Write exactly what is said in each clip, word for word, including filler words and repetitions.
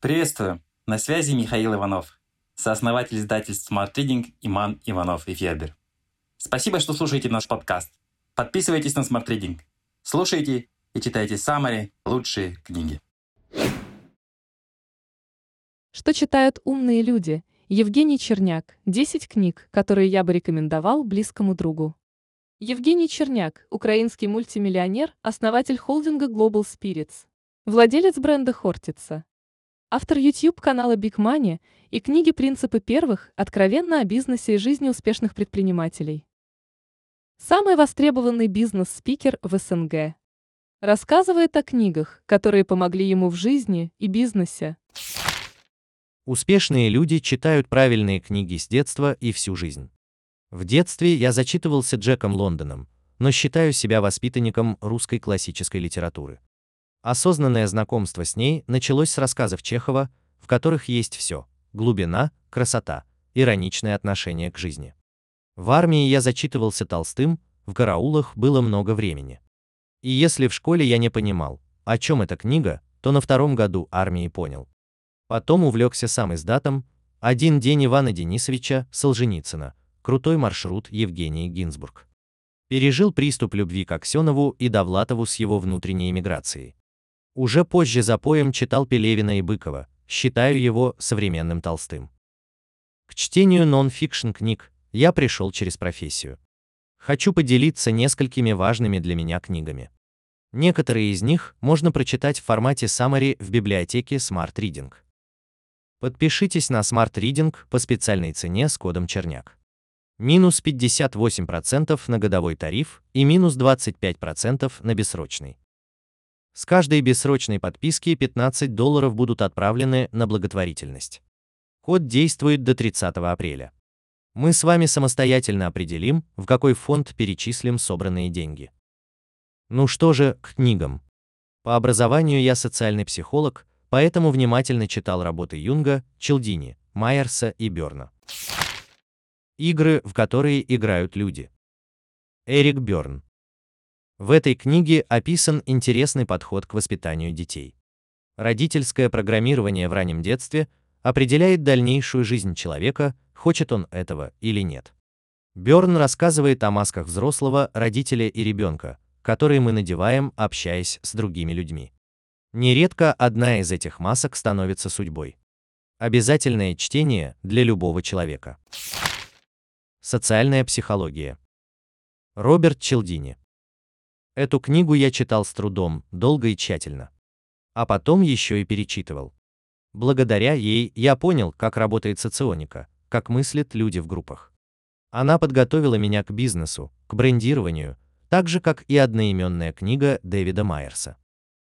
Приветствую! На связи Михаил Иванов, сооснователь издательств Smart Reading Иман Иванов и Федер. Спасибо, что слушаете наш подкаст. Подписывайтесь на Smart Reading. Слушайте и читайте самые лучшие книги. Что читают умные люди? Евгений Черняк. десять книг, которые я бы рекомендовал близкому другу. Евгений Черняк – украинский мультимиллионер, основатель холдинга Global Spirits, владелец бренда Хортица. Автор YouTube-канала Big Money и книги «Принципы первых» откровенно о бизнесе и жизни успешных предпринимателей. Самый востребованный бизнес-спикер в эс эн гэ. Рассказывает о книгах, которые помогли ему в жизни и бизнесе. Успешные люди читают правильные книги с детства и всю жизнь. В детстве я зачитывался Джеком Лондоном, но считаю себя воспитанником русской классической литературы. Осознанное знакомство с ней началось с рассказов Чехова, в которых есть все – глубина, красота, ироничное отношение к жизни. В армии я зачитывался Толстым, в караулах было много времени. И если в школе я не понимал, о чем эта книга, то на втором году армии понял. Потом увлекся сам издатом «Один день Ивана Денисовича Солженицына», «Крутой маршрут» Евгении Гинзбург. Пережил приступ любви к Аксенову и Довлатову с его внутренней эмиграцией. Уже позже запоем читал Пелевина и Быкова, считаю его современным Толстым. К чтению нон-фикшн книг я пришел через профессию. Хочу поделиться несколькими важными для меня книгами. Некоторые из них можно прочитать в формате summary в библиотеке Smart Reading. Подпишитесь на Smart Reading по специальной цене с кодом Черняк. Минус пятьдесят восемь процентов на годовой тариф и минус двадцать пять процентов на бессрочный. С каждой бессрочной подписки пятнадцать долларов будут отправлены на благотворительность. Код действует до тридцатого апреля. Мы с вами самостоятельно определим, в какой фонд перечислим собранные деньги. Ну что же, к книгам. По образованию я социальный психолог, поэтому внимательно читал работы Юнга, Челдини, Майерса и Бёрна. Игры, в которые играют люди. Эрик Бёрн. В этой книге описан интересный подход к воспитанию детей. Родительское программирование в раннем детстве определяет дальнейшую жизнь человека, хочет он этого или нет. Бёрн рассказывает о масках взрослого, родителя и ребенка, которые мы надеваем, общаясь с другими людьми. Нередко одна из этих масок становится судьбой. Обязательное чтение для любого человека. Социальная психология. Роберт Челдини. Эту книгу я читал с трудом, долго и тщательно. А потом еще и перечитывал. Благодаря ей я понял, как работает соционика, как мыслят люди в группах. Она подготовила меня к бизнесу, к брендированию, так же, как и одноименная книга Дэвида Майерса.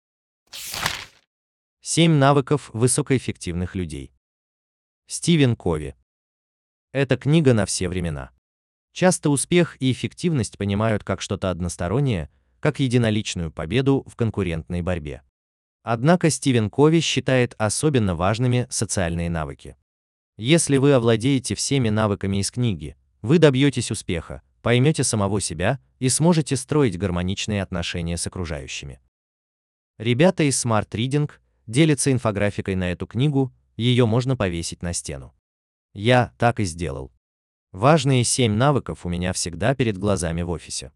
Семь навыков высокоэффективных людей. Стивен Кови. Эта книга на все времена. Часто успех и эффективность понимают как что-то одностороннее, как единоличную победу в конкурентной борьбе. Однако Стивен Кови считает особенно важными социальные навыки. Если вы овладеете всеми навыками из книги, вы добьетесь успеха, поймете самого себя и сможете строить гармоничные отношения с окружающими. Ребята из Smart Reading делятся инфографикой на эту книгу, ее можно повесить на стену. Я так и сделал. Важные семь навыков у меня всегда перед глазами в офисе.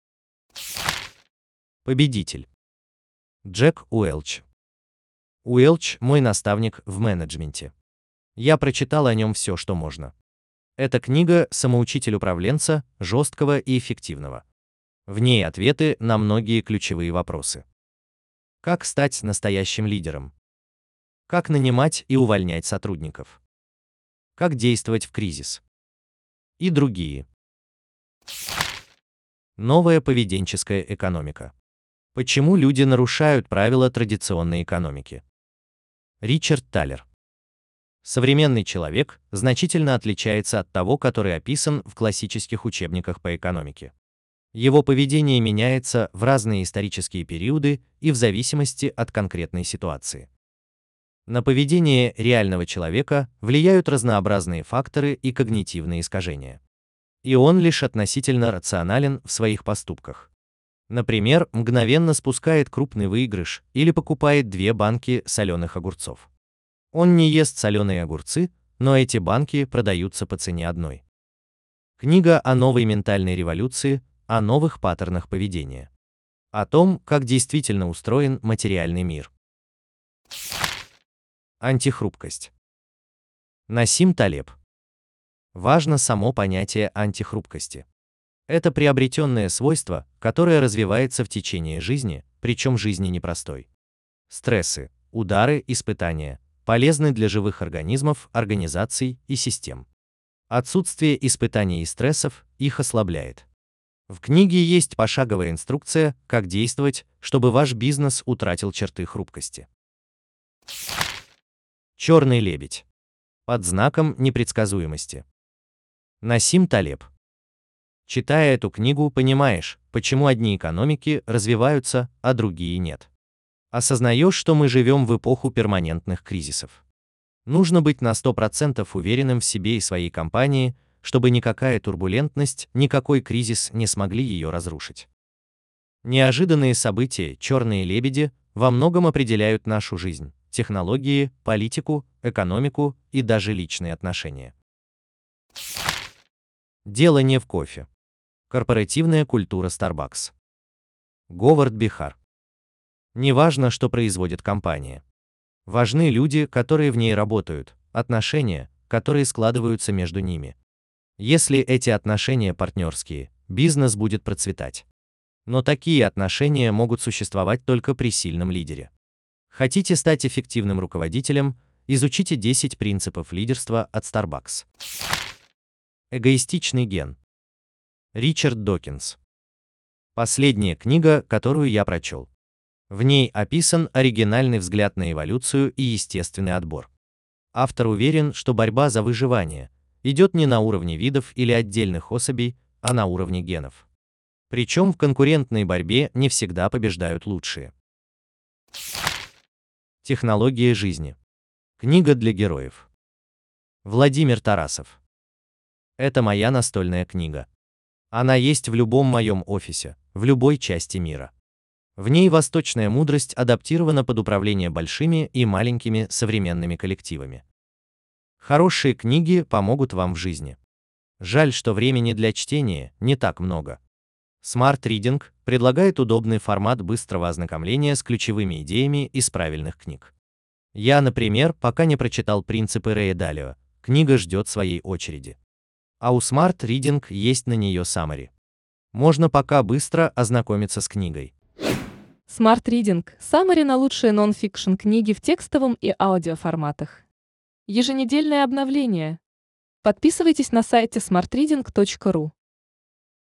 Победитель. Джек Уэлч. Уэлч – мой наставник в менеджменте. Я прочитал о нем все, что можно. Эта книга – самоучитель управленца, жесткого и эффективного. В ней ответы на многие ключевые вопросы. Как стать настоящим лидером? Как нанимать и увольнять сотрудников? Как действовать в кризис? И другие. Новая поведенческая экономика. Почему люди нарушают правила традиционной экономики? Ричард Талер. Современный человек значительно отличается от того, который описан в классических учебниках по экономике. Его поведение меняется в разные исторические периоды и в зависимости от конкретной ситуации. На поведение реального человека влияют разнообразные факторы и когнитивные искажения. И он лишь относительно рационален в своих поступках. Например, мгновенно спускает крупный выигрыш или покупает две банки соленых огурцов. Он не ест соленые огурцы, но эти банки продаются по цене одной. Книга о новой ментальной революции, о новых паттернах поведения. О том, как действительно устроен материальный мир. Антихрупкость. Насим Талеб. Важно само понятие антихрупкости. Это приобретенное свойство, которое развивается в течение жизни, причем жизни непростой. Стрессы, удары, испытания полезны для живых организмов, организаций и систем. Отсутствие испытаний и стрессов их ослабляет. В книге есть пошаговая инструкция, как действовать, чтобы ваш бизнес утратил черты хрупкости. Черный лебедь. Под знаком непредсказуемости. Насим Талеб. Читая эту книгу, понимаешь, почему одни экономики развиваются, а другие нет. Осознаешь, что мы живем в эпоху перманентных кризисов. Нужно быть на сто процентов уверенным в себе и своей компании, чтобы никакая турбулентность, никакой кризис не смогли ее разрушить. Неожиданные события, черные лебеди, во многом определяют нашу жизнь, технологии, политику, экономику и даже личные отношения. Дело не в кофе. Корпоративная культура Starbucks. Говард Бихар. Не важно, что производит компания. Важны люди, которые в ней работают, отношения, которые складываются между ними. Если эти отношения партнерские, бизнес будет процветать. Но такие отношения могут существовать только при сильном лидере. Хотите стать эффективным руководителем? Изучите десять принципов лидерства от Starbucks. Эгоистичный ген. Ричард Докинс. Последняя книга, которую я прочел. В ней описан оригинальный взгляд на эволюцию и естественный отбор. Автор уверен, что борьба за выживание идет не на уровне видов или отдельных особей, а на уровне генов. Причем в конкурентной борьбе не всегда побеждают лучшие. Технология жизни. Книга для героев. Владимир Тарасов. Это моя настольная книга. Она есть в любом моем офисе, в любой части мира. В ней восточная мудрость адаптирована под управление большими и маленькими современными коллективами. Хорошие книги помогут вам в жизни. Жаль, что времени для чтения не так много. Smart Reading предлагает удобный формат быстрого ознакомления с ключевыми идеями из правильных книг. Я, например, пока не прочитал «Принципы» Рэя Далио, книга ждет своей очереди. А у Smart Reading есть на нее summary. Можно пока быстро ознакомиться с книгой. Smart Reading – summary на лучшие нон-фикшн книги в текстовом и аудиоформатах. Еженедельное обновление. Подписывайтесь на сайте смарт ридинг точка ру.